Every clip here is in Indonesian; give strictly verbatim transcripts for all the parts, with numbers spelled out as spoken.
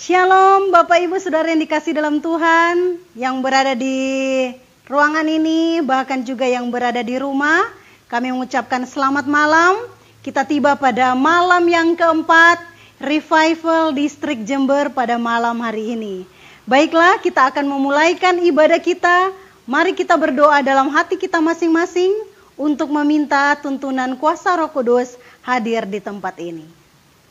Shalom Bapak Ibu Saudara yang dikasih dalam Tuhan, yang berada di ruangan ini, bahkan juga yang berada di rumah. Kami mengucapkan selamat malam. Kita tiba pada malam yang keempat, Revival Distrik Jember pada malam hari ini. Baiklah, kita akan memulaikan ibadah kita. Mari kita berdoa dalam hati kita masing-masing untuk meminta tuntunan kuasa Roh Kudus hadir di tempat ini.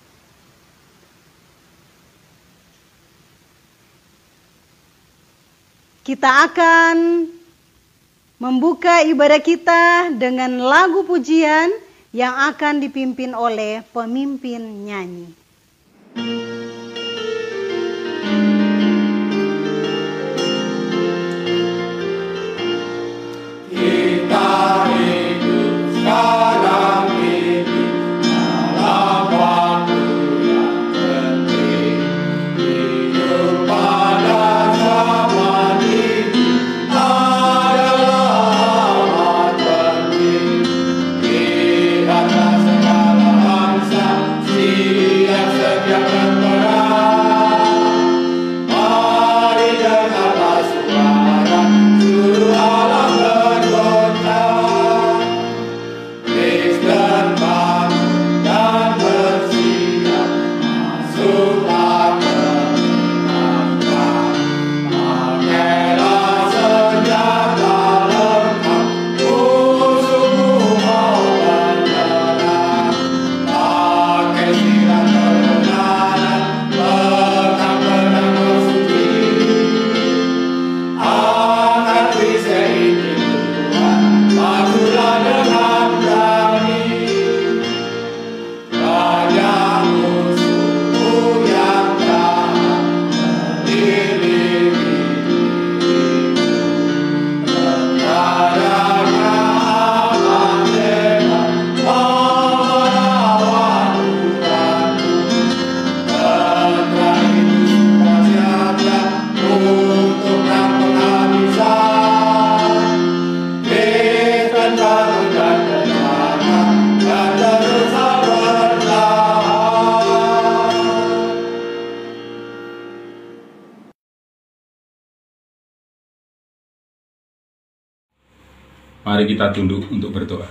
Kita akan membuka ibadah kita dengan lagu pujian yang akan dipimpin oleh pemimpin nyanyi. Kita hidup sekarang ini dalam waktu yang penting. Hidup pada zaman ini adalah amat penting. Lihatlah segala bangsa siap sedia berperang. Mari dengarlah suara seluruh alam bergoncang. Kristen bangun dan bersiap, masuklah ke pemerintahan. Pakailah senjata lengkap, musuhmu mau menyerang. Pakai sirat kebenaran, pegang pedang Roh Suci. Angkat perisai ini Tuhan, majulah dengan berani. Banyak musuhmu yang jahat mengelilingi dirimu. Tentaranya akan hebat melawan Tuhanmu. Tentara itu sudah siap untuk perang penghabisan. Kristen bangun dan berjaga dan terus bertahan. Mari kita tunduk untuk berdoa.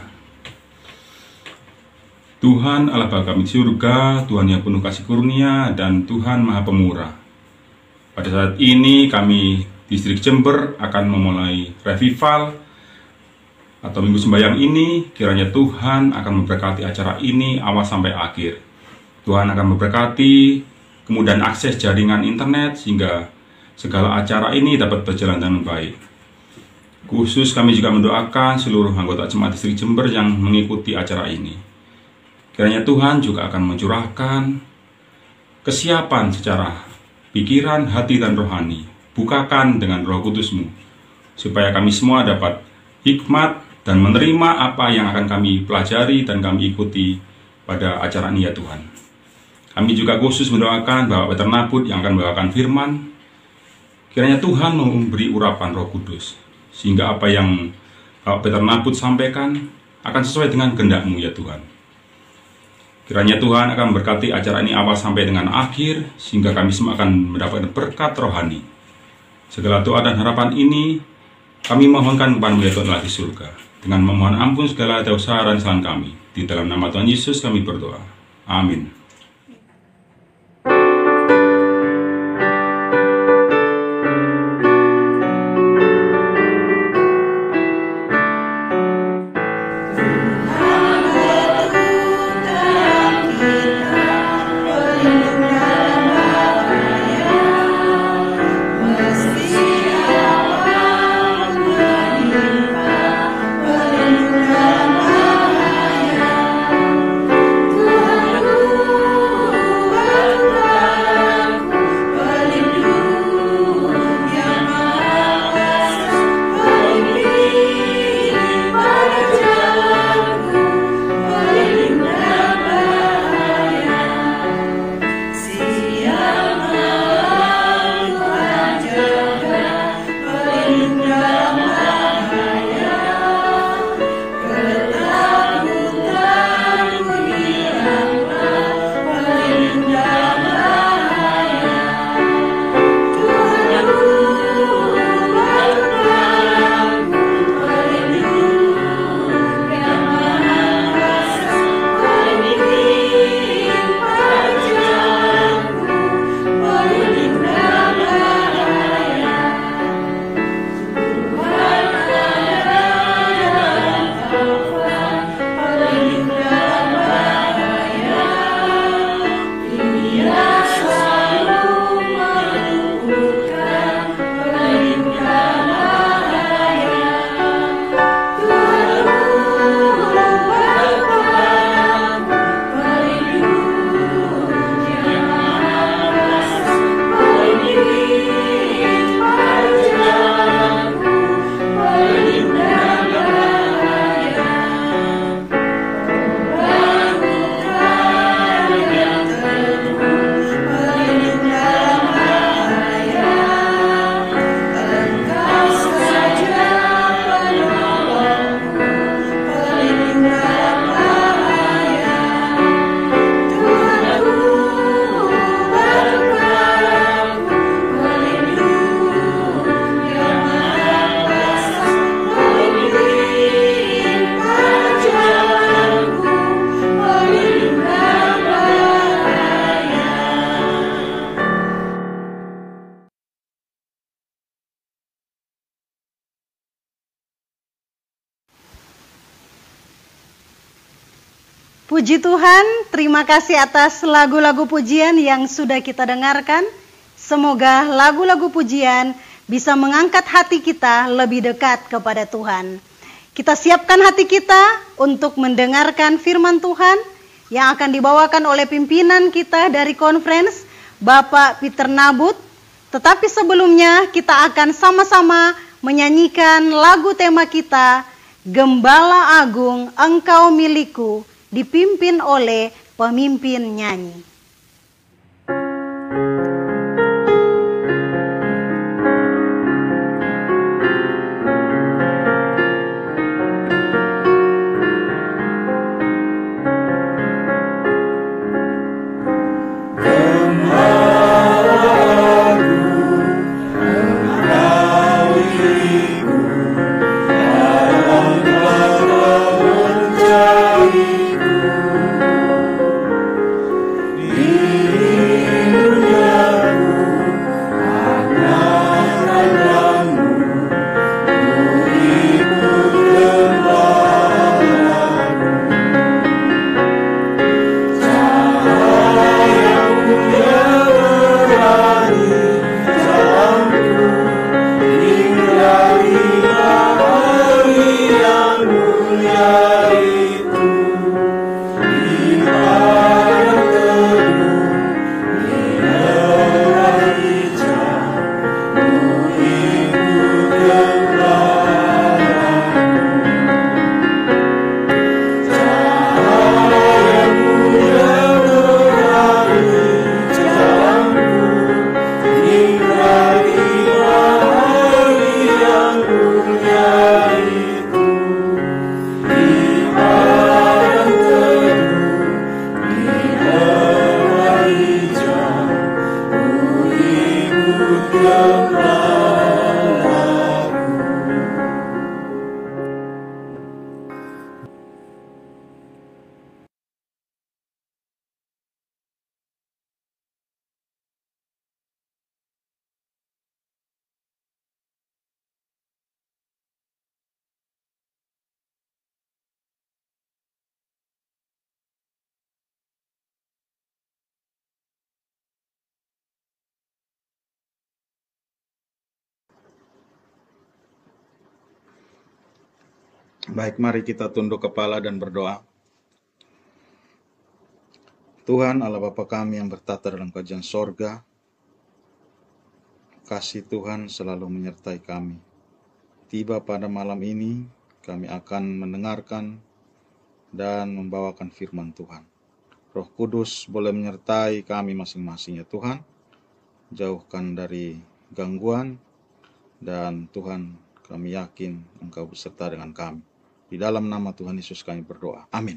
Tuhan Allah Bapa kami di surga, Tuhan yang penuh kasih karunia dan Tuhan Maha Pemurah. Pada saat ini kami Distrik Jember akan memulai revival atau minggu sembahyang ini. Kiranya Tuhan akan memberkati acara ini awal sampai akhir. Tuhan akan memberkati kemudahan akses jaringan internet sehingga segala acara ini dapat berjalan dengan baik. Khusus kami juga mendoakan seluruh anggota Jemaat Distrik Jember yang mengikuti acara ini. Kiranya Tuhan juga akan mencurahkan kesiapan secara pikiran, hati, dan rohani. Bukakan dengan Roh Kudus-Mu, supaya kami semua dapat hikmat dan menerima apa yang akan kami pelajari dan kami ikuti pada acara ini ya Tuhan. Kami juga khusus mendoakan Bapak Peter Nabut yang akan membawakan firman. Kiranya Tuhan memberi urapan Roh Kudus, sehingga apa yang Bapak Peter Nabut sampaikan akan sesuai dengan kehendak-Mu ya Tuhan. Kiranya Tuhan akan memberkati acara ini awal sampai dengan akhir, sehingga kami semua akan mendapatkan berkat rohani. Segala doa dan harapan ini kami mohonkan kepada-Mu ya Tuhan Allah di surga, dengan memohon ampun segala dosa dan kesalahan kami. Di dalam nama Tuhan Yesus kami berdoa. Amin. Tuhan Puji Tuhan, terima kasih atas lagu-lagu pujian yang sudah kita dengarkan. Semoga lagu-lagu pujian bisa mengangkat hati kita lebih dekat kepada Tuhan. Kita siapkan hati kita untuk mendengarkan firman Tuhan yang akan dibawakan oleh pimpinan kita dari conference, Bapak Peter Nabut. Tetapi sebelumnya kita akan sama-sama menyanyikan lagu tema kita, Gembala Agung Engkau Milikku, dipimpin oleh pemimpin nyanyi. Baik, mari kita tunduk kepala dan berdoa. Tuhan Allah Bapa kami yang bertata dalam kerajaan sorga, kasih Tuhan selalu menyertai kami. Tiba pada malam ini, kami akan mendengarkan dan membawakan firman Tuhan. Roh Kudus boleh menyertai kami masing-masing ya Tuhan. Jauhkan dari gangguan, dan Tuhan kami yakin Engkau beserta dengan kami. Di dalam nama Tuhan Yesus kami berdoa. Amin.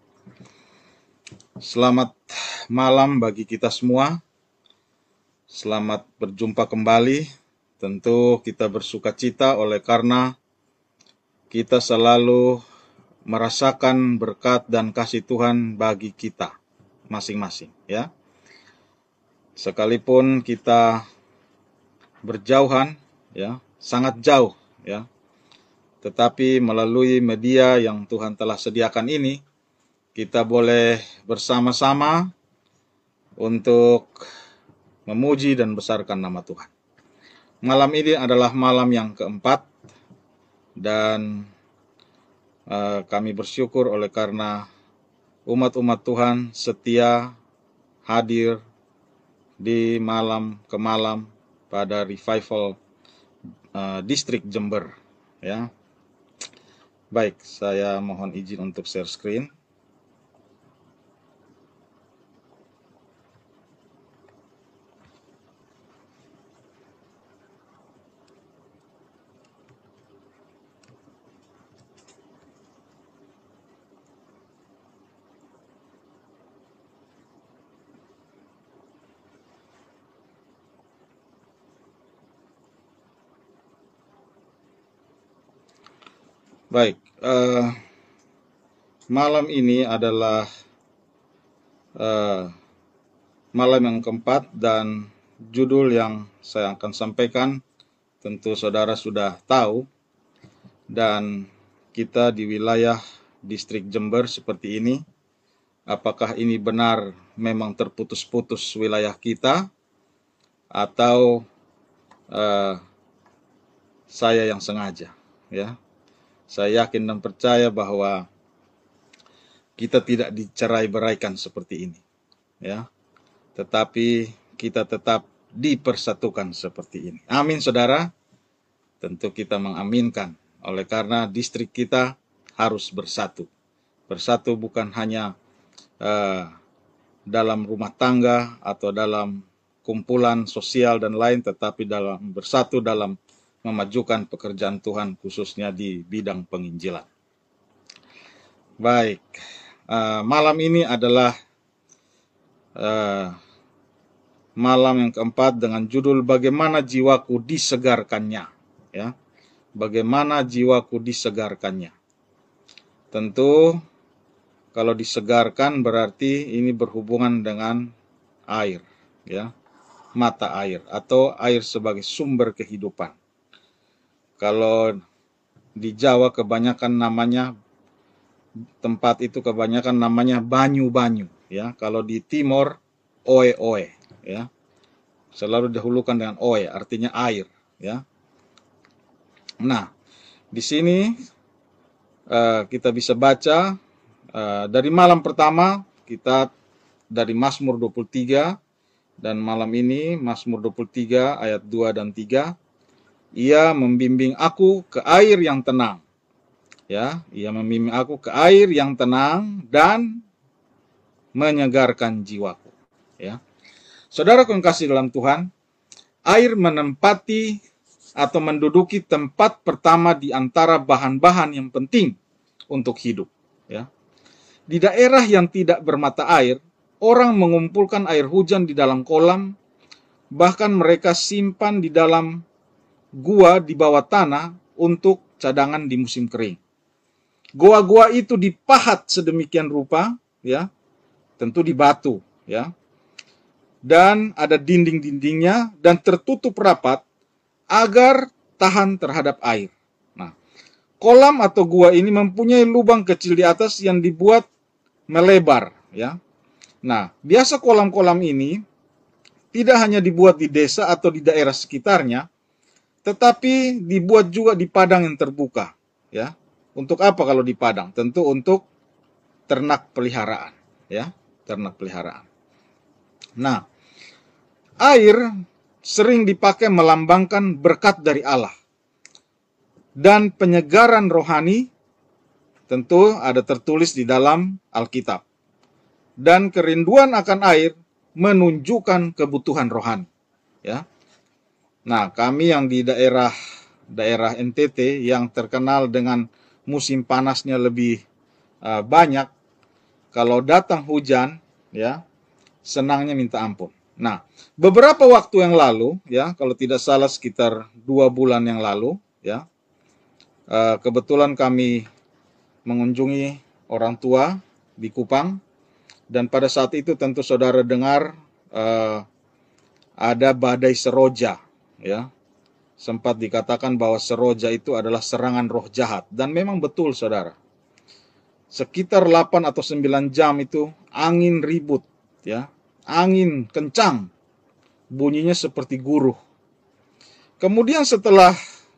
Selamat malam bagi kita semua. Selamat berjumpa kembali. Tentu kita bersuka cita oleh karena kita selalu merasakan berkat dan kasih Tuhan bagi kita masing-masing, ya. Sekalipun kita berjauhan, ya, sangat jauh, ya. Tetapi melalui media yang Tuhan telah sediakan ini, kita boleh bersama-sama untuk memuji dan besarkan nama Tuhan. Malam ini adalah malam yang keempat, dan uh, kami bersyukur oleh karena umat-umat Tuhan setia hadir di malam ke malam pada revival uh, distrik Jember, ya. Baik, saya mohon izin untuk share screen. Baik, uh, malam ini adalah uh, malam yang keempat, dan judul yang saya akan sampaikan tentu saudara sudah tahu, dan kita di wilayah distrik Jember seperti ini apakah ini benar memang terputus-putus wilayah kita, atau uh, saya yang sengaja, ya. Saya yakin dan percaya bahwa kita tidak dicerai-beraikan seperti ini, ya. Tetapi kita tetap dipersatukan seperti ini. Amin, saudara. Tentu kita mengaminkan. Oleh karena distrik kita harus bersatu. Bersatu bukan hanya uh, dalam rumah tangga atau dalam kumpulan sosial dan lain, tetapi dalam bersatu dalam memajukan pekerjaan Tuhan, khususnya di bidang penginjilan. Baik, uh, malam ini adalah uh, malam yang keempat dengan judul Bagaimana Jiwaku Disegarkannya. Ya, bagaimana jiwaku disegarkannya. Tentu kalau disegarkan berarti ini berhubungan dengan air, ya. Mata air atau air sebagai sumber kehidupan. Kalau di Jawa kebanyakan namanya, tempat itu kebanyakan namanya banyu-banyu, ya. Kalau di Timor oe-oe, ya. Selalu didahulukan dengan oe, artinya air, ya. Nah, di sini uh, kita bisa baca uh, dari malam pertama kita dari Mazmur dua puluh tiga. Dan malam ini Mazmur dua puluh tiga ayat dua dan tiga, ia membimbing aku ke air yang tenang. Ya, ia membimbing aku ke air yang tenang dan menyegarkan jiwaku. Ya. Saudara yang kasih dalam Tuhan, air menempati atau menduduki tempat pertama di antara bahan-bahan yang penting untuk hidup. Ya. Di daerah yang tidak bermata air, orang mengumpulkan air hujan di dalam kolam, bahkan mereka simpan di dalam gua di bawah tanah untuk cadangan di musim kering. Gua-gua itu dipahat sedemikian rupa, ya, tentu di batu, ya, dan ada dinding-dindingnya dan tertutup rapat agar tahan terhadap air. Nah, kolam atau gua ini mempunyai lubang kecil di atas yang dibuat melebar, ya. Nah, biasa kolam-kolam ini tidak hanya dibuat di desa atau di daerah sekitarnya, tetapi dibuat juga di padang yang terbuka. Ya, untuk apa kalau di padang? Tentu untuk ternak peliharaan. Ya, ternak peliharaan. Nah, air sering dipakai melambangkan berkat dari Allah. Dan penyegaran rohani tentu ada tertulis di dalam Alkitab. Dan kerinduan akan air menunjukkan kebutuhan rohani, ya. Nah, kami yang di daerah daerah N T T yang terkenal dengan musim panasnya lebih uh, banyak, kalau datang hujan, ya, senangnya minta ampun. Nah, beberapa waktu yang lalu, ya, kalau tidak salah sekitar dua bulan yang lalu, ya, uh, kebetulan kami mengunjungi orang tua di Kupang. Dan pada saat itu tentu saudara dengar uh, ada badai seroja, ya. Sempat dikatakan bahwa seroja itu adalah serangan roh jahat. Dan memang betul, saudara. Sekitar delapan atau sembilan jam itu angin ribut, ya. Angin kencang. Bunyinya seperti guruh. Kemudian setelah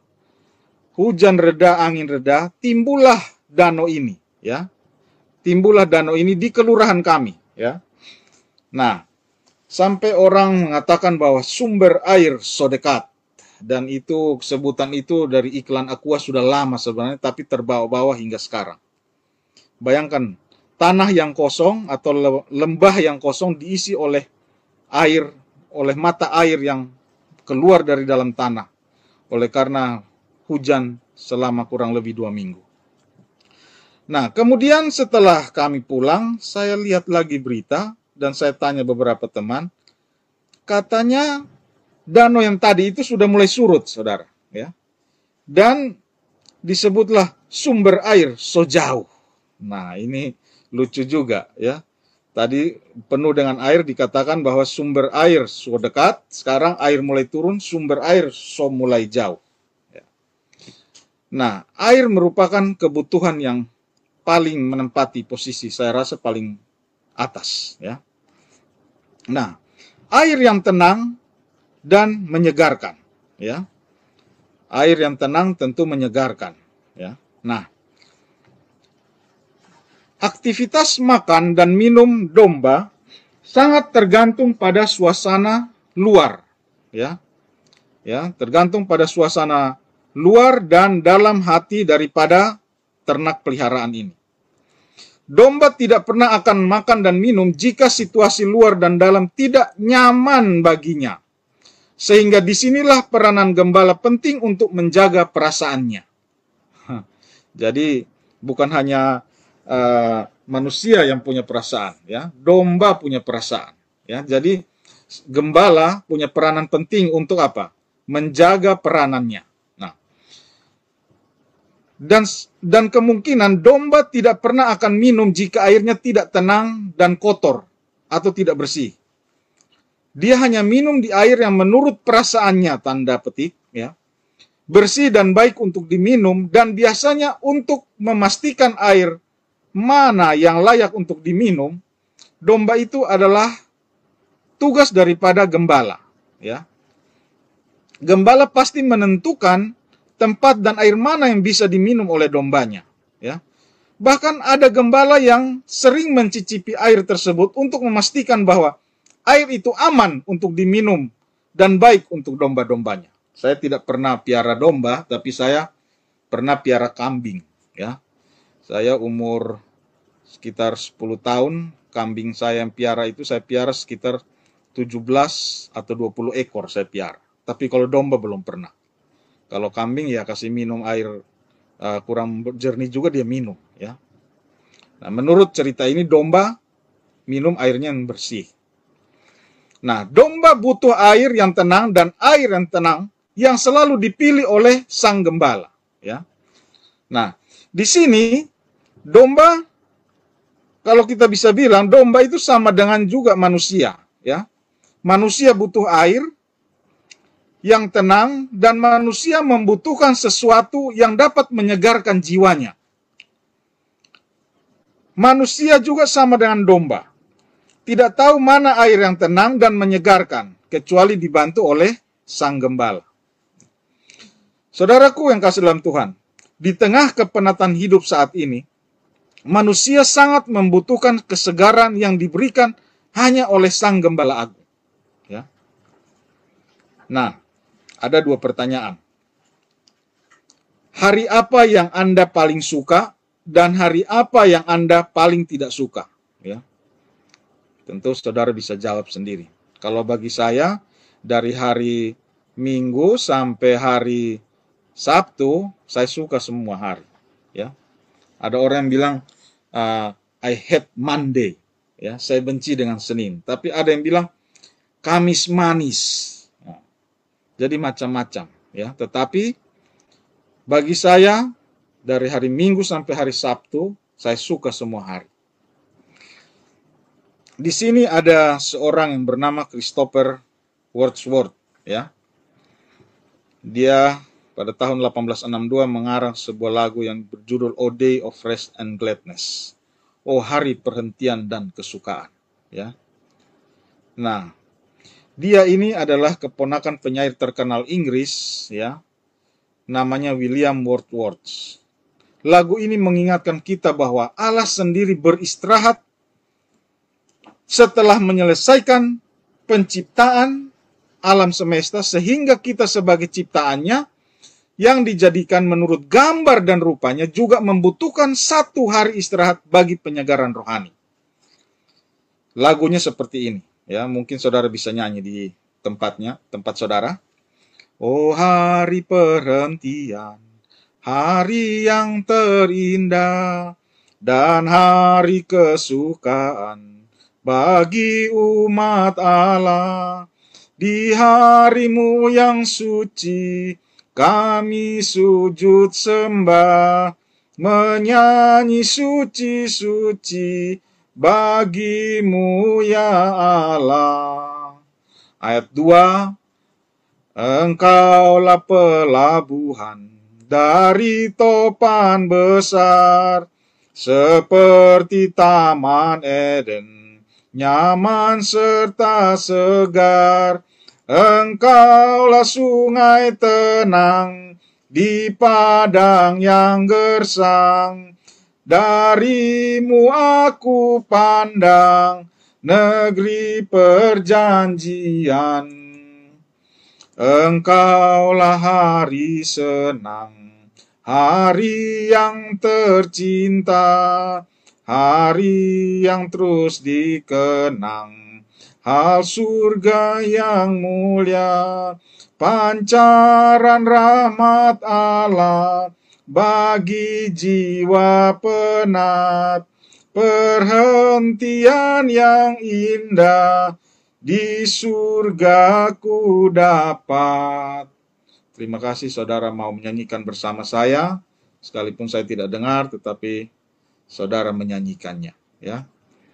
hujan reda, angin reda, timbullah danau ini, ya. Timbullah danau ini di kelurahan kami, ya. Nah, sampai orang mengatakan bahwa sumber air so dekat. Dan itu, sebutan itu dari iklan Aqua sudah lama sebenarnya, tapi terbawa-bawa hingga sekarang. Bayangkan, tanah yang kosong atau lembah yang kosong diisi oleh air, oleh mata air yang keluar dari dalam tanah. Oleh karena hujan selama kurang lebih dua minggu. Nah, kemudian setelah kami pulang, saya lihat lagi berita dan saya tanya beberapa teman, katanya danau yang tadi itu sudah mulai surut, saudara, ya. Dan disebutlah sumber air so jauh. Nah, ini lucu juga, ya. Tadi penuh dengan air dikatakan bahwa sumber air so dekat, sekarang air mulai turun, sumber air so mulai jauh. Ya. Nah, air merupakan kebutuhan yang paling menempati posisi, saya rasa paling atas, ya. Nah, air yang tenang dan menyegarkan, ya. Air yang tenang tentu menyegarkan, ya. Nah, aktivitas makan dan minum domba sangat tergantung pada suasana luar, ya. Ya, tergantung pada suasana luar dan dalam hati daripada ternak peliharaan ini. Domba tidak pernah akan makan dan minum jika situasi luar dan dalam tidak nyaman baginya. Sehingga disinilah peranan gembala penting untuk menjaga perasaannya. Jadi bukan hanya uh, manusia yang punya perasaan, ya, domba punya perasaan, ya. Jadi gembala punya peranan penting untuk apa? Menjaga peranannya. Nah, dan dan kemungkinan domba tidak pernah akan minum jika airnya tidak tenang dan kotor atau tidak bersih. Dia hanya minum di air yang menurut perasaannya, tanda petik, ya, bersih dan baik untuk diminum, dan biasanya untuk memastikan air mana yang layak untuk diminum, domba itu adalah tugas daripada gembala, ya. Gembala pasti menentukan tempat dan air mana yang bisa diminum oleh dombanya, ya. Bahkan ada gembala yang sering mencicipi air tersebut untuk memastikan bahwa air itu aman untuk diminum dan baik untuk domba-dombanya. Saya tidak pernah piara domba, tapi saya pernah piara kambing, ya. Saya umur sekitar sepuluh tahun, kambing saya yang piara itu saya piara sekitar tujuh belas atau dua puluh ekor saya piara. Tapi kalau domba belum pernah. Kalau kambing ya kasih minum air uh, kurang jernih juga dia minum, ya. Nah, menurut cerita ini domba minum airnya yang bersih. Nah, domba butuh air yang tenang dan air yang tenang yang selalu dipilih oleh sang gembala, ya. Nah, di sini domba, kalau kita bisa bilang domba itu sama dengan juga manusia, ya. Manusia butuh air yang tenang dan manusia membutuhkan sesuatu yang dapat menyegarkan jiwanya. Manusia juga sama dengan domba. Tidak tahu mana air yang tenang dan menyegarkan, kecuali dibantu oleh sang gembala. Saudaraku yang kasih dalam Tuhan, di tengah kepenatan hidup saat ini, manusia sangat membutuhkan kesegaran yang diberikan hanya oleh sang gembala agung, ya. Nah, ada dua pertanyaan. Hari apa yang Anda paling suka dan hari apa yang Anda paling tidak suka, ya. Tentu saudara bisa jawab sendiri. Kalau bagi saya, dari hari Minggu sampai hari Sabtu, saya suka semua hari, ya. Ada orang yang bilang, uh, I hate Monday, ya. Saya benci dengan Senin. Tapi ada yang bilang, Kamis manis. Nah, jadi macam-macam, ya. Tetapi bagi saya, dari hari Minggu sampai hari Sabtu, saya suka semua hari. Di sini ada seorang yang bernama Christopher Wordsworth, ya. Dia pada tahun delapan belas enam puluh dua mengarang sebuah lagu yang berjudul O Day of Rest and Gladness. Oh, hari perhentian dan kesukaan, ya. Nah, dia ini adalah keponakan penyair terkenal Inggris, ya. Namanya William Wordsworth. Lagu ini mengingatkan kita bahwa Allah sendiri beristirahat setelah menyelesaikan penciptaan alam semesta, sehingga kita sebagai ciptaannya yang dijadikan menurut gambar dan rupanya juga membutuhkan satu hari istirahat bagi penyegaran rohani. Lagunya seperti ini, ya. Mungkin saudara bisa nyanyi di tempatnya, tempat saudara. Oh, hari perhentian, hari yang terindah, dan hari kesukaan bagi umat Allah. Di harimu yang suci, kami sujud sembah, menyanyi suci-suci bagimu ya Allah. Ayat dua, Engkaulah pelabuhan dari topan besar, seperti Taman Eden nyaman serta segar. Engkaulah sungai tenang di padang yang gersang. Darimu aku pandang negeri perjanjian. Engkaulah hari senang, hari yang tercinta, hari yang terus dikenang, hal surga yang mulia, pancaran rahmat Allah bagi jiwa penat, perhentian yang indah di surgaku dapat. Terima kasih saudara mau menyanyikan bersama saya, sekalipun saya tidak dengar, tetapi saudara menyanyikannya, ya.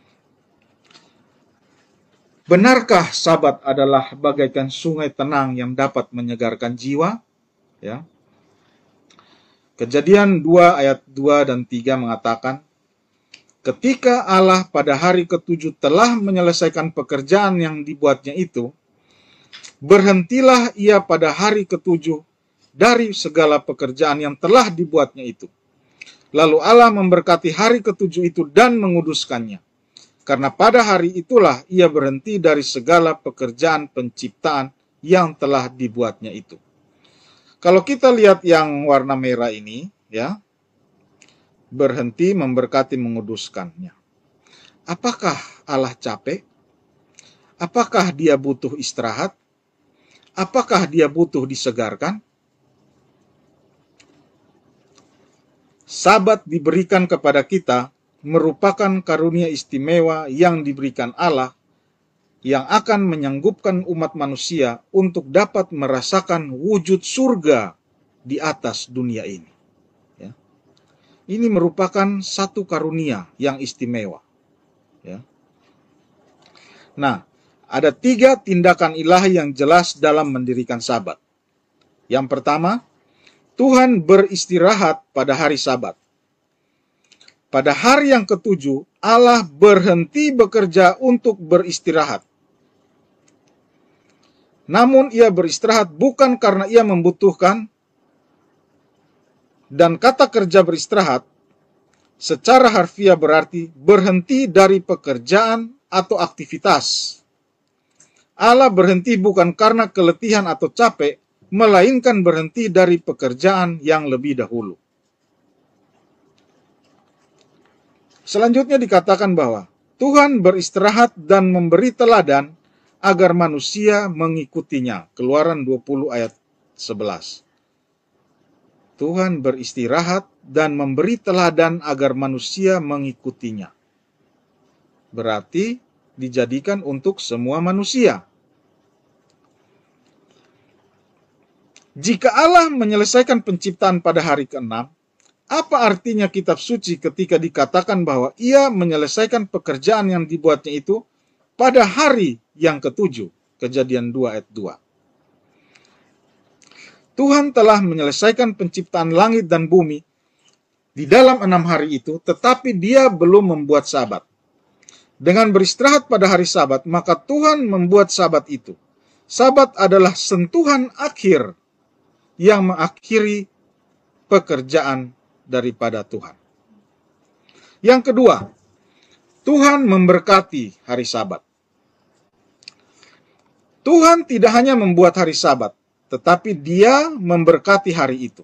Benarkah Sabat adalah bagaikan sungai tenang yang dapat menyegarkan jiwa? Ya. Kejadian dua ayat dua dan tiga mengatakan, ketika Allah pada hari ketujuh telah menyelesaikan pekerjaan yang dibuatnya itu, berhentilah ia pada hari ketujuh dari segala pekerjaan yang telah dibuatnya itu. Lalu Allah memberkati hari ketujuh itu dan menguduskannya. Karena pada hari itulah ia berhenti dari segala pekerjaan penciptaan yang telah dibuatnya itu. Kalau kita lihat yang warna merah ini, ya, berhenti, memberkati, menguduskannya. Apakah Allah capek? Apakah dia butuh istirahat? Apakah dia butuh disegarkan? Sabat diberikan kepada kita merupakan karunia istimewa yang diberikan Allah yang akan menyanggupkan umat manusia untuk dapat merasakan wujud surga di atas dunia ini. Ya. Ini merupakan satu karunia yang istimewa. Ya. Nah, ada tiga tindakan ilahi yang jelas dalam mendirikan Sabat. Yang pertama, Tuhan beristirahat pada hari Sabat. Pada hari yang ketujuh, Allah berhenti bekerja untuk beristirahat. Namun ia beristirahat bukan karena ia membutuhkan, dan kata kerja beristirahat secara harfiah berarti berhenti dari pekerjaan atau aktivitas. Allah berhenti bukan karena keletihan atau capek, melainkan berhenti dari pekerjaan yang lebih dahulu. Selanjutnya dikatakan bahwa Tuhan beristirahat dan memberi teladan agar manusia mengikutinya. Keluaran dua puluh ayat sebelas. Tuhan beristirahat dan memberi teladan agar manusia mengikutinya. Berarti dijadikan untuk semua manusia. Jika Allah menyelesaikan penciptaan pada hari keenam, apa artinya kitab suci ketika dikatakan bahwa ia menyelesaikan pekerjaan yang dibuatnya itu pada hari yang ketujuh? Kejadian dua ayat dua. Tuhan telah menyelesaikan penciptaan langit dan bumi di dalam enam hari itu, tetapi dia belum membuat Sabat. Dengan beristirahat pada hari Sabat, maka Tuhan membuat Sabat itu. Sabat adalah sentuhan akhir yang mengakhiri pekerjaan daripada Tuhan. Yang kedua, Tuhan memberkati hari Sabat. Tuhan tidak hanya membuat hari Sabat, tetapi dia memberkati hari itu.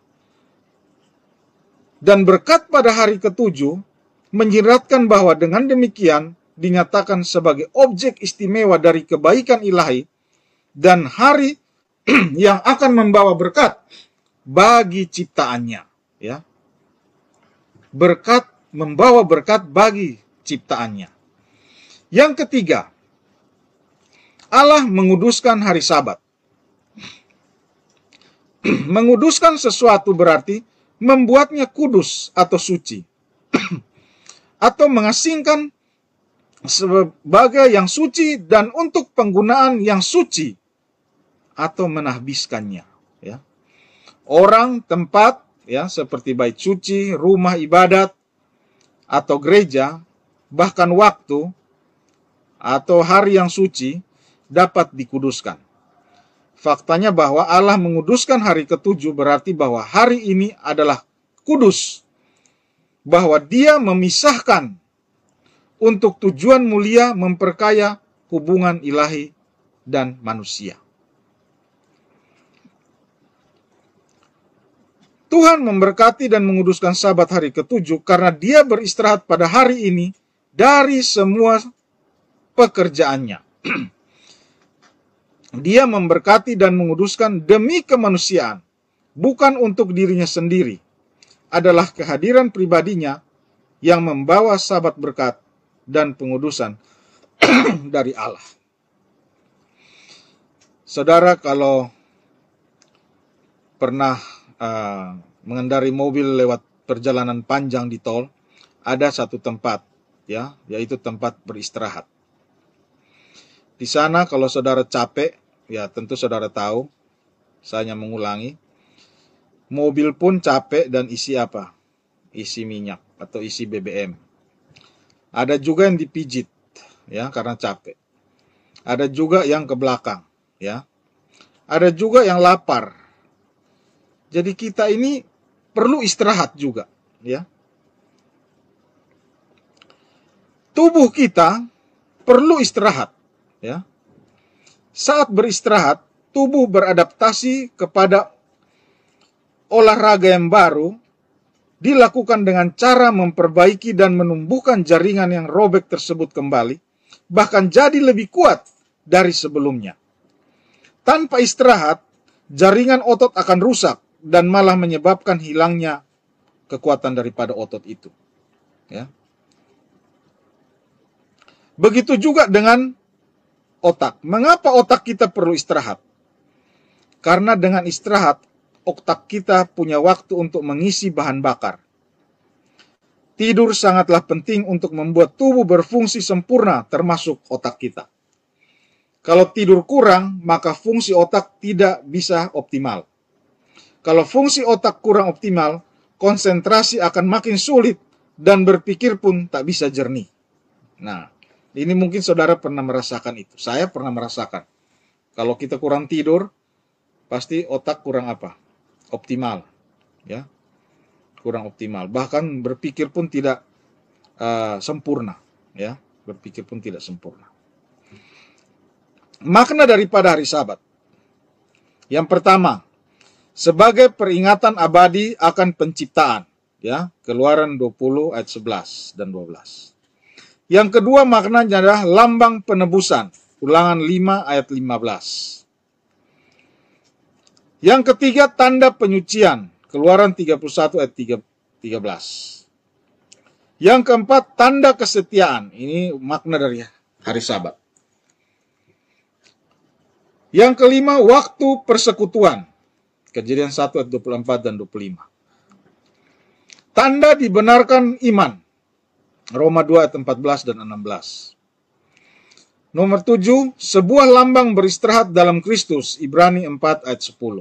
Dan berkat pada hari ketujuh menyiratkan bahwa dengan demikian dinyatakan sebagai objek istimewa dari kebaikan ilahi dan hari yang akan membawa berkat bagi ciptaannya. Ya. Berkat, membawa berkat bagi ciptaannya. Yang ketiga, Allah menguduskan hari Sabat. Menguduskan sesuatu berarti membuatnya kudus atau suci. Atau mengasingkan sebagai yang suci dan untuk penggunaan yang suci. Atau menahbiskannya. Ya. Orang, tempat, ya, seperti bait suci, rumah ibadat, atau gereja, bahkan waktu, atau hari yang suci dapat dikuduskan. Faktanya bahwa Allah menguduskan hari ketujuh berarti bahwa hari ini adalah kudus. Bahwa Dia memisahkan untuk tujuan mulia memperkaya hubungan ilahi dan manusia. Tuhan memberkati dan menguduskan Sabat hari ketujuh karena Dia beristirahat pada hari ini dari semua pekerjaannya. Dia memberkati dan menguduskan demi kemanusiaan, bukan untuk dirinya sendiri. Adalah kehadiran pribadinya yang membawa Sabat berkat dan pengudusan dari Allah. Saudara, kalau pernah uh, mengendari mobil lewat perjalanan panjang di tol, ada satu tempat, ya, yaitu tempat beristirahat. Di sana kalau saudara capek, ya tentu saudara tahu, saya hanya mengulangi, mobil pun capek dan isi apa? Isi minyak atau isi B B M. Ada juga yang dipijit, ya, karena capek. Ada juga yang ke belakang, ya. Ada juga yang lapar. Jadi kita ini perlu istirahat juga, ya. Tubuh kita perlu istirahat, ya. Saat beristirahat, tubuh beradaptasi kepada olahraga yang baru, dilakukan dengan cara memperbaiki dan menumbuhkan jaringan yang robek tersebut kembali, bahkan jadi lebih kuat dari sebelumnya. Tanpa istirahat, jaringan otot akan rusak dan malah menyebabkan hilangnya kekuatan daripada otot itu. Ya. Begitu juga dengan otak. Mengapa otak kita perlu istirahat? Karena dengan istirahat, otak kita punya waktu untuk mengisi bahan bakar. Tidur sangatlah penting untuk membuat tubuh berfungsi sempurna, termasuk otak kita. Kalau tidur kurang, maka fungsi otak tidak bisa optimal. Kalau fungsi otak kurang optimal, konsentrasi akan makin sulit dan berpikir pun tak bisa jernih. Nah, ini mungkin saudara pernah merasakan itu. Saya pernah merasakan. Kalau kita kurang tidur, pasti otak kurang apa? Optimal, ya, kurang optimal. Bahkan berpikir pun tidak uh, sempurna, ya, berpikir pun tidak sempurna. Makna daripada hari Sabat. Yang pertama, sebagai peringatan abadi akan penciptaan, ya, Keluaran dua puluh ayat sebelas dan dua belas. Yang kedua maknanya adalah lambang penebusan, Ulangan lima ayat lima belas. Yang ketiga tanda penyucian, Keluaran tiga puluh satu ayat tiga belas. Yang keempat tanda kesetiaan, ini makna dari hari Sabat. Yang kelima waktu persekutuan, Kejadian satu ayat dua puluh empat dan dua puluh lima. Tanda dibenarkan iman, Roma dua ayat empat belas dan enam belas. Nomor tujuh, sebuah lambang beristirahat dalam Kristus, Ibrani empat ayat sepuluh.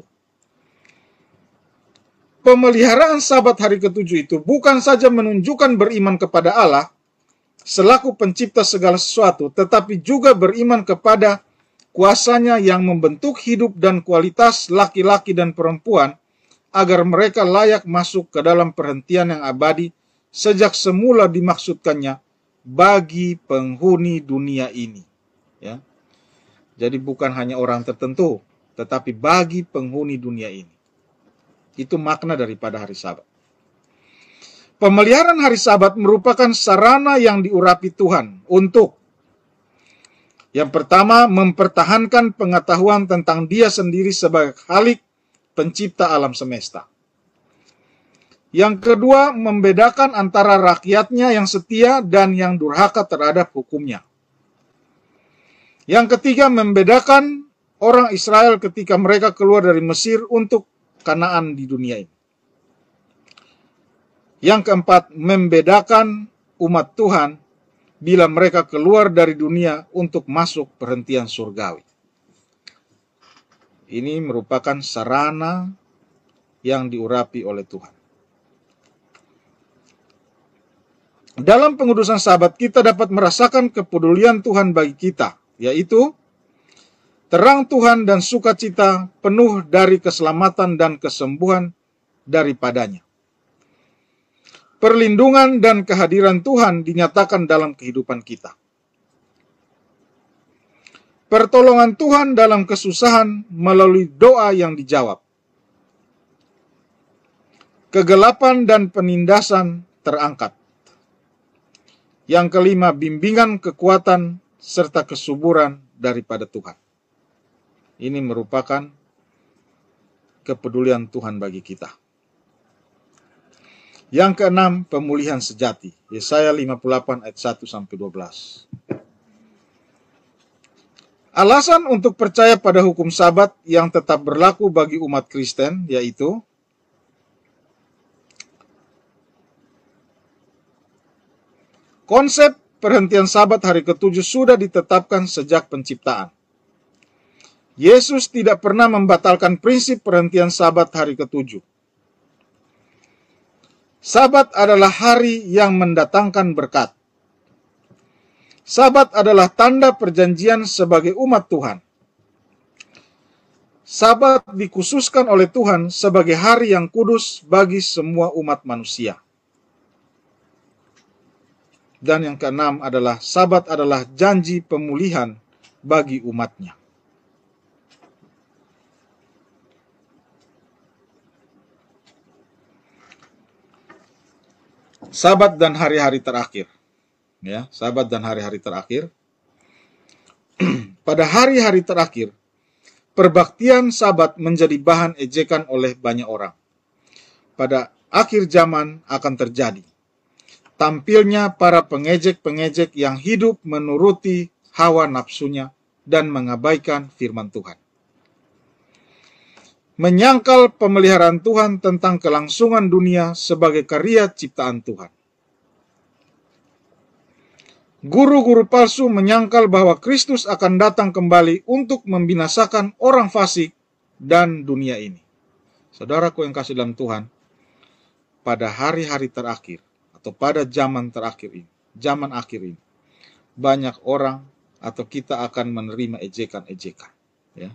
Pemeliharaan Sabat hari ketujuh itu bukan saja menunjukkan beriman kepada Allah selaku pencipta segala sesuatu, tetapi juga beriman kepada kuasanya yang membentuk hidup dan kualitas laki-laki dan perempuan agar mereka layak masuk ke dalam perhentian yang abadi sejak semula dimaksudkannya bagi penghuni dunia ini. Ya. Jadi bukan hanya orang tertentu, tetapi bagi penghuni dunia ini. Itu makna daripada hari Sabat. Pemeliharaan hari Sabat merupakan sarana yang diurapi Tuhan untuk, yang pertama, mempertahankan pengetahuan tentang Dia sendiri sebagai Khalik, pencipta alam semesta. Yang kedua, membedakan antara rakyatnya yang setia dan yang durhaka terhadap hukumnya. Yang ketiga, membedakan orang Israel ketika mereka keluar dari Mesir untuk Kanaan di dunia ini. Yang keempat, membedakan umat Tuhan bila mereka keluar dari dunia untuk masuk perhentian surgawi. Ini merupakan sarana yang diurapi oleh Tuhan. Dalam pengudusan Sabat kita dapat merasakan kepedulian Tuhan bagi kita, yaitu terang Tuhan dan sukacita penuh dari keselamatan dan kesembuhan daripadanya. Perlindungan dan kehadiran Tuhan dinyatakan dalam kehidupan kita. Pertolongan Tuhan dalam kesusahan melalui doa yang dijawab. Kegelapan dan penindasan terangkat. Yang kelima, bimbingan, kekuatan, serta kesuburan daripada Tuhan. Ini merupakan kepedulian Tuhan bagi kita. Yang keenam, pemulihan sejati. Yesaya lima puluh delapan ayat satu sampai dua belas. Alasan untuk percaya pada hukum Sabat yang tetap berlaku bagi umat Kristen, yaitu konsep perhentian Sabat hari ketujuh sudah ditetapkan sejak penciptaan. Yesus tidak pernah membatalkan prinsip perhentian Sabat hari ketujuh. Sabat adalah hari yang mendatangkan berkat. Sabat adalah tanda perjanjian sebagai umat Tuhan. Sabat dikhususkan oleh Tuhan sebagai hari yang kudus bagi semua umat manusia. Dan yang keenam adalah Sabat adalah janji pemulihan bagi umatnya. Sabat dan hari-hari terakhir. Ya, Sabat dan hari-hari terakhir. Pada hari-hari terakhir, perbaktian Sabat menjadi bahan ejekan oleh banyak orang. Pada akhir zaman akan terjadi tampilnya para pengejek-pengejek yang hidup menuruti hawa nafsunya dan mengabaikan firman Tuhan. Menyangkal pemeliharaan Tuhan tentang kelangsungan dunia sebagai karya ciptaan Tuhan. Guru-guru palsu menyangkal bahwa Kristus akan datang kembali untuk membinasakan orang fasik dan dunia ini. Saudaraku yang kasih dalam Tuhan, pada hari-hari terakhir, atau pada zaman terakhir ini, zaman akhir ini, banyak orang atau kita akan menerima ejekan-ejekan. Ya.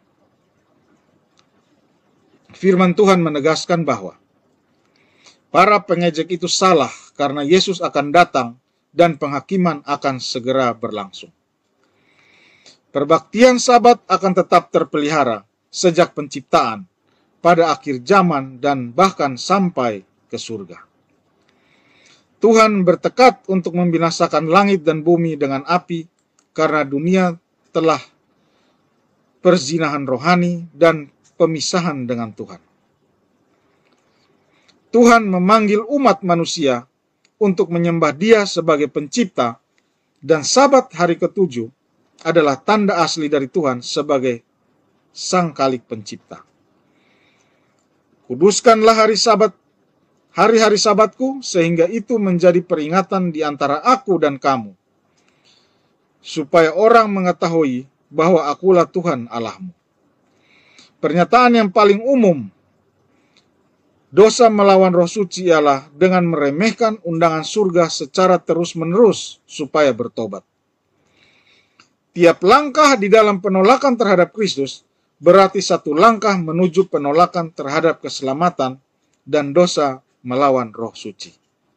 Firman Tuhan menegaskan bahwa para pengejek itu salah karena Yesus akan datang dan penghakiman akan segera berlangsung. Perbaktian Sabat akan tetap terpelihara sejak penciptaan, pada akhir zaman, dan bahkan sampai ke surga. Tuhan bertekad untuk membinasakan langit dan bumi dengan api karena dunia telah perzinahan rohani dan pemisahan dengan Tuhan. Tuhan memanggil umat manusia untuk menyembah Dia sebagai pencipta, dan Sabat hari ketujuh adalah tanda asli dari Tuhan sebagai Sang Khalik pencipta. Kuduskanlah hari Sabat hari-hari Sabatku, sehingga itu menjadi peringatan di antara aku dan kamu, supaya orang mengetahui bahwa akulah Tuhan Allahmu. Pernyataan yang paling umum dosa melawan Roh Suci ialah dengan meremehkan undangan surga secara terus-menerus supaya bertobat. Tiap langkah di dalam penolakan terhadap Kristus berarti satu langkah menuju penolakan terhadap keselamatan dan dosa melawan Roh Suci.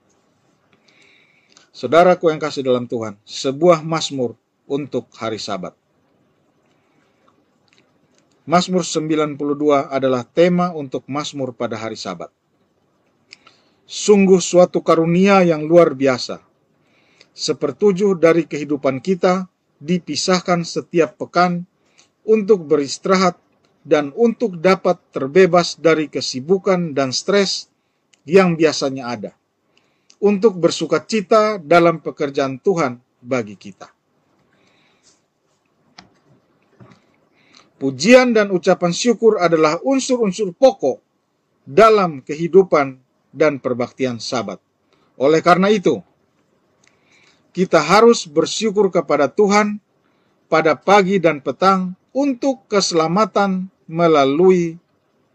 Saudaraku yang kasih dalam Tuhan, sebuah mazmur untuk hari Sabat. Mazmur sembilan puluh dua adalah tema untuk mazmur pada hari Sabat. Sungguh suatu karunia yang luar biasa. Sepertujuh dari kehidupan kita dipisahkan setiap pekan untuk beristirahat dan untuk dapat terbebas dari kesibukan dan stres yang biasanya ada, untuk bersukacita dalam pekerjaan Tuhan bagi kita. Pujian dan ucapan syukur adalah unsur-unsur pokok dalam kehidupan dan perbaktian Sabat. Oleh karena itu, kita harus bersyukur kepada Tuhan pada pagi dan petang untuk keselamatan melalui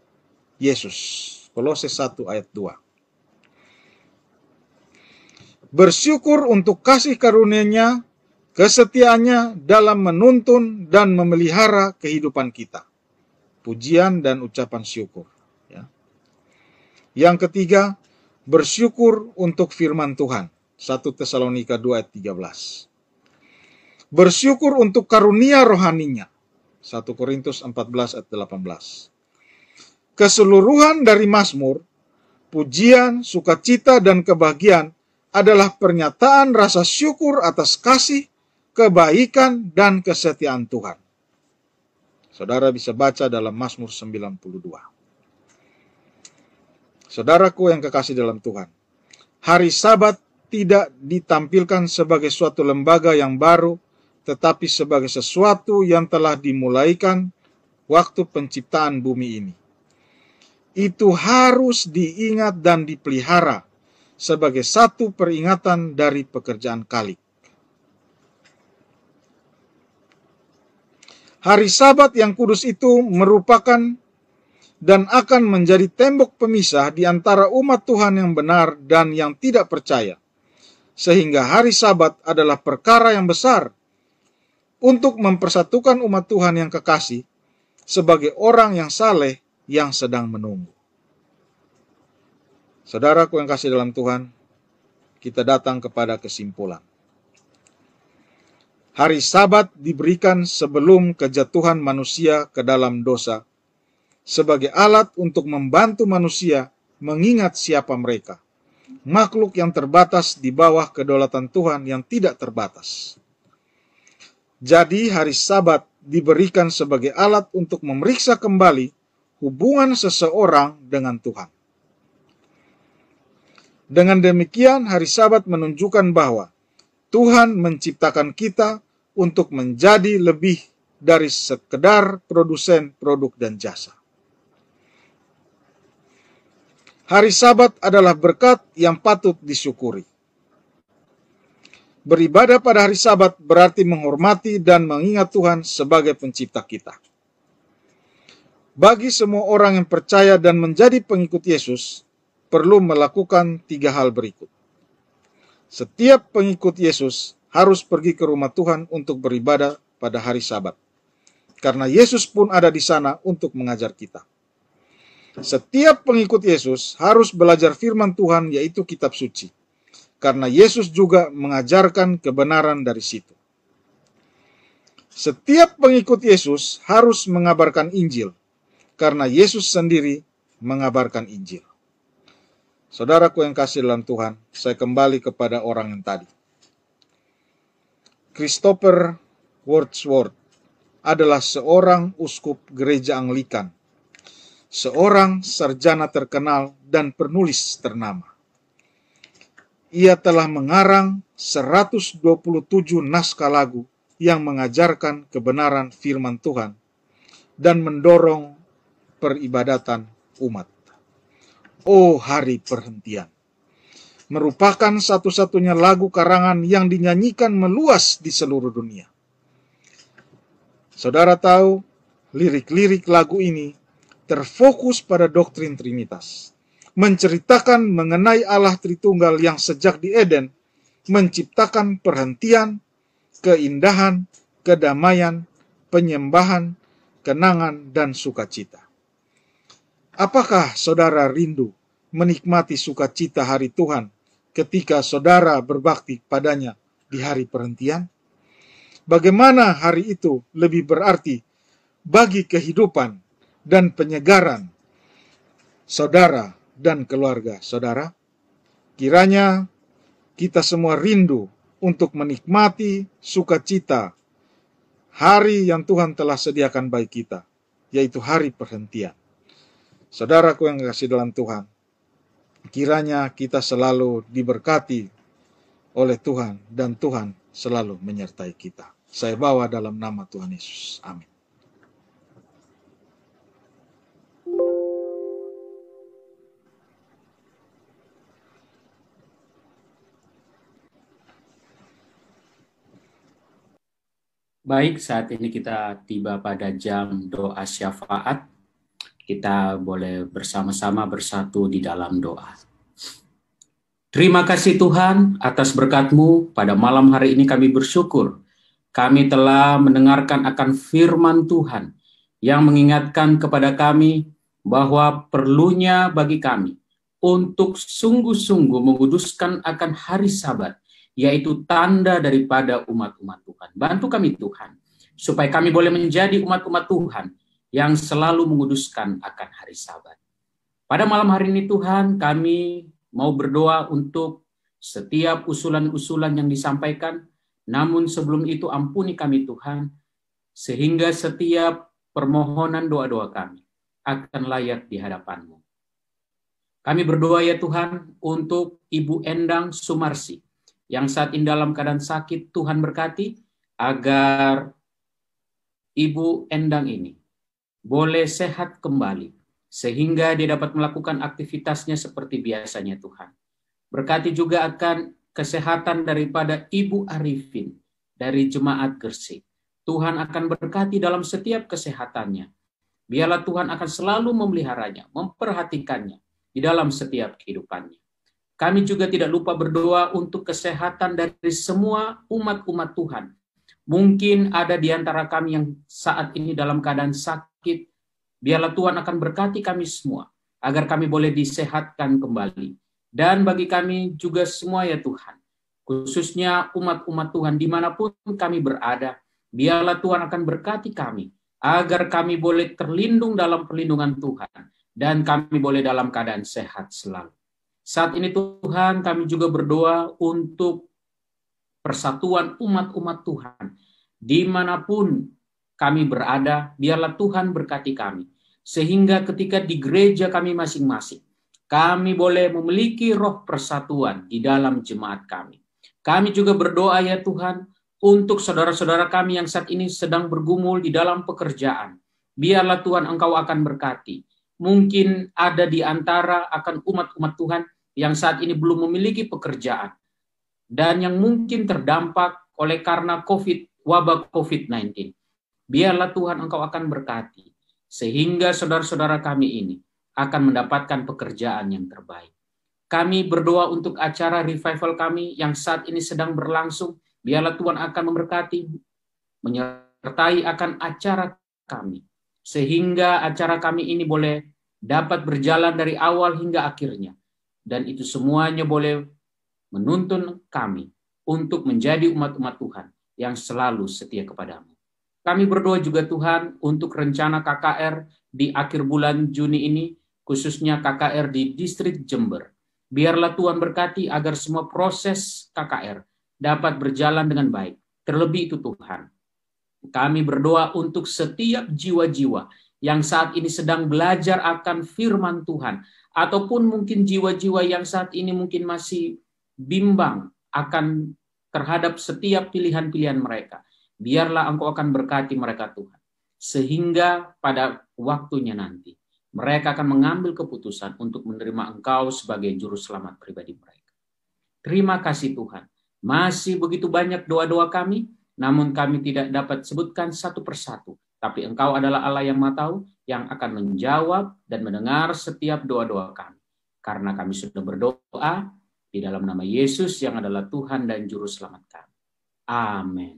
Yesus. Kolose satu ayat dua. bersyukur untuk kasih karunia-Nya, kesetiaannya dalam menuntun dan memelihara kehidupan kita. Pujian dan ucapan syukur. Ya. Yang ketiga, bersyukur untuk firman Tuhan. satu Tesalonika dua ayat tiga belas. Bersyukur untuk karunia rohaninya. satu Korintus empat belas ayat delapan belas. Keseluruhan dari Mazmur, pujian, sukacita, dan kebahagiaan adalah pernyataan rasa syukur atas kasih, kebaikan, dan kesetiaan Tuhan. Saudara bisa baca dalam Mazmur sembilan puluh dua. Saudaraku yang kekasih dalam Tuhan, hari Sabat tidak ditampilkan sebagai suatu lembaga yang baru, tetapi sebagai sesuatu yang telah dimulaikan waktu penciptaan bumi ini. Itu harus diingat dan dipelihara sebagai satu peringatan dari pekerjaan Khalik. Hari Sabat yang kudus itu merupakan dan akan menjadi tembok pemisah di antara umat Tuhan yang benar dan yang tidak percaya. Sehingga hari Sabat adalah perkara yang besar untuk mempersatukan umat Tuhan yang kekasih sebagai orang yang saleh yang sedang menunggu. Saudaraku yang kasih dalam Tuhan, kita datang kepada kesimpulan. Hari Sabat diberikan sebelum kejatuhan manusia ke dalam dosa, sebagai alat untuk membantu manusia mengingat siapa mereka, makhluk yang terbatas di bawah kedaulatan Tuhan yang tidak terbatas. Jadi hari Sabat diberikan sebagai alat untuk memeriksa kembali hubungan seseorang dengan Tuhan. Dengan demikian, hari Sabat menunjukkan bahwa Tuhan menciptakan kita untuk menjadi lebih dari sekedar produsen produk dan jasa. Hari Sabat adalah berkat yang patut disyukuri. Beribadah pada hari Sabat berarti menghormati dan mengingat Tuhan sebagai pencipta kita. Bagi semua orang yang percaya dan menjadi pengikut Yesus, perlu melakukan tiga hal berikut. Setiap pengikut Yesus harus pergi ke rumah Tuhan untuk beribadah pada hari Sabat, karena Yesus pun ada di sana untuk mengajar kita. Setiap pengikut Yesus harus belajar firman Tuhan, yaitu kitab suci, karena Yesus juga mengajarkan kebenaran dari situ. Setiap pengikut Yesus harus mengabarkan Injil, karena Yesus sendiri mengabarkan Injil. Saudaraku yang kasih dalam Tuhan, saya kembali kepada orang yang tadi. Christopher Wordsworth adalah seorang uskup gereja Anglikan, seorang sarjana terkenal dan penulis ternama. Ia telah mengarang seratus dua puluh tujuh naskah lagu yang mengajarkan kebenaran firman Tuhan dan mendorong peribadatan umat. Oh hari perhentian, merupakan satu-satunya lagu karangan yang dinyanyikan meluas di seluruh dunia. Saudara tahu, lirik-lirik lagu ini terfokus pada doktrin Trinitas, menceritakan mengenai Allah Tritunggal yang sejak di Eden menciptakan perhentian, keindahan, kedamaian, penyembahan, kenangan, dan sukacita. Apakah saudara rindu menikmati sukacita hari Tuhan ketika saudara berbakti padanya di hari perhentian? Bagaimana hari itu lebih berarti bagi kehidupan dan penyegaran saudara dan keluarga saudara? Kiranya kita semua rindu untuk menikmati sukacita hari yang Tuhan telah sediakan bagi kita, yaitu hari perhentian. Saudaraku yang kasih dalam Tuhan, kiranya kita selalu diberkati oleh Tuhan dan Tuhan selalu menyertai kita. Saya bawa dalam nama Tuhan Yesus. Amin. Baik, saat ini kita tiba pada jam doa syafaat. Kita boleh bersama-sama bersatu di dalam doa. Terima kasih Tuhan atas berkat-Mu. Pada malam hari ini kami bersyukur. Kami telah mendengarkan akan firman Tuhan yang mengingatkan kepada kami bahwa perlunya bagi kami untuk sungguh-sungguh menguduskan akan hari Sabat, yaitu tanda daripada umat-umat Tuhan. Bantu kami Tuhan, supaya kami boleh menjadi umat-umat Tuhan yang selalu menguduskan akan hari Sabat. Pada malam hari ini Tuhan, kami mau berdoa untuk setiap usulan-usulan yang disampaikan, namun sebelum itu ampuni kami Tuhan, sehingga setiap permohonan doa-doa kami akan layak di hadapan-Mu. Kami berdoa ya Tuhan untuk Ibu Endang Sumarsi, yang saat ini dalam keadaan sakit. Tuhan berkati agar Ibu Endang ini boleh sehat kembali, sehingga dia dapat melakukan aktivitasnya seperti biasanya Tuhan. Berkati juga akan kesehatan daripada Ibu Arifin dari Jemaat Gresik. Tuhan akan berkati dalam setiap kesehatannya. Biarlah Tuhan akan selalu memeliharanya, memperhatikannya di dalam setiap kehidupannya. Kami juga tidak lupa berdoa untuk kesehatan dari semua umat-umat Tuhan. Mungkin ada di antara kami yang saat ini dalam keadaan sakit. Biarlah Tuhan akan berkati kami semua, agar kami boleh disehatkan kembali. Dan bagi kami juga semua ya Tuhan, khususnya umat-umat Tuhan dimanapun kami berada, biarlah Tuhan akan berkati kami, agar kami boleh terlindung dalam perlindungan Tuhan, dan kami boleh dalam keadaan sehat selalu. Saat ini Tuhan, kami juga berdoa untuk persatuan umat-umat Tuhan. Dimanapun kami berada, biarlah Tuhan berkati kami. Sehingga ketika di gereja kami masing-masing, kami boleh memiliki roh persatuan di dalam jemaat kami. Kami juga berdoa ya Tuhan, untuk saudara-saudara kami yang saat ini sedang bergumul di dalam pekerjaan. Biarlah Tuhan Engkau akan berkati. Mungkin ada di antara akan umat-umat Tuhan yang saat ini belum memiliki pekerjaan, dan yang mungkin terdampak oleh karena COVID, wabah covid sembilan belas. Biarlah Tuhan Engkau akan berkati, sehingga saudara-saudara kami ini akan mendapatkan pekerjaan yang terbaik. Kami berdoa untuk acara revival kami yang saat ini sedang berlangsung. Biarlah Tuhan akan memberkati, menyertai akan acara kami, sehingga acara kami ini boleh dapat berjalan dari awal hingga akhirnya. Dan itu semuanya boleh menuntun kami untuk menjadi umat-umat Tuhan yang selalu setia kepadamu. Kami berdoa juga Tuhan untuk rencana K K R di akhir bulan Juni ini, khususnya K K R di distrik Jember. Biarlah Tuhan berkati agar semua proses K K R dapat berjalan dengan baik. Terlebih itu Tuhan, kami berdoa untuk setiap jiwa-jiwa yang saat ini sedang belajar akan firman Tuhan, ataupun mungkin jiwa-jiwa yang saat ini mungkin masih bimbang akan terhadap setiap pilihan-pilihan mereka. Biarlah Engkau akan berkati mereka Tuhan, sehingga pada waktunya nanti mereka akan mengambil keputusan untuk menerima Engkau sebagai juru selamat pribadi mereka. Terima kasih Tuhan. Masih begitu banyak doa-doa kami, namun kami tidak dapat sebutkan satu persatu. Tapi Engkau adalah Allah yang Maha Tahu, yang akan menjawab dan mendengar setiap doa-doa kami. Karena kami sudah berdoa di dalam nama Yesus yang adalah Tuhan dan Juru Selamat kami. Amin.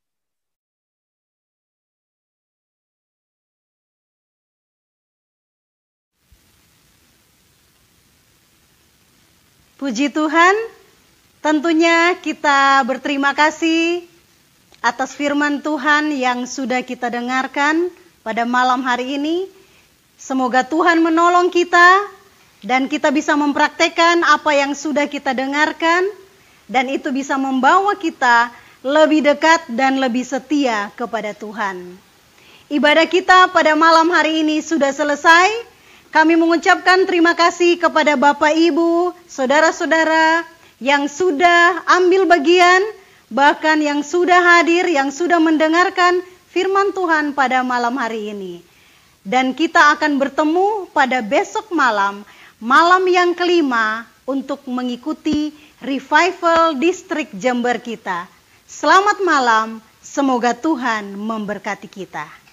Puji Tuhan, tentunya kita berterima kasih atas firman Tuhan yang sudah kita dengarkan pada malam hari ini. Semoga Tuhan menolong kita dan kita bisa mempraktekkan apa yang sudah kita dengarkan, dan itu bisa membawa kita lebih dekat dan lebih setia kepada Tuhan. Ibadah kita pada malam hari ini sudah selesai. Kami mengucapkan terima kasih kepada Bapak Ibu, saudara-saudara yang sudah ambil bagian, bahkan yang sudah hadir, yang sudah mendengarkan firman Tuhan pada malam hari ini. Dan kita akan bertemu pada besok malam, malam yang kelima, untuk mengikuti Revival Distrik Jember kita. Selamat malam, semoga Tuhan memberkati kita.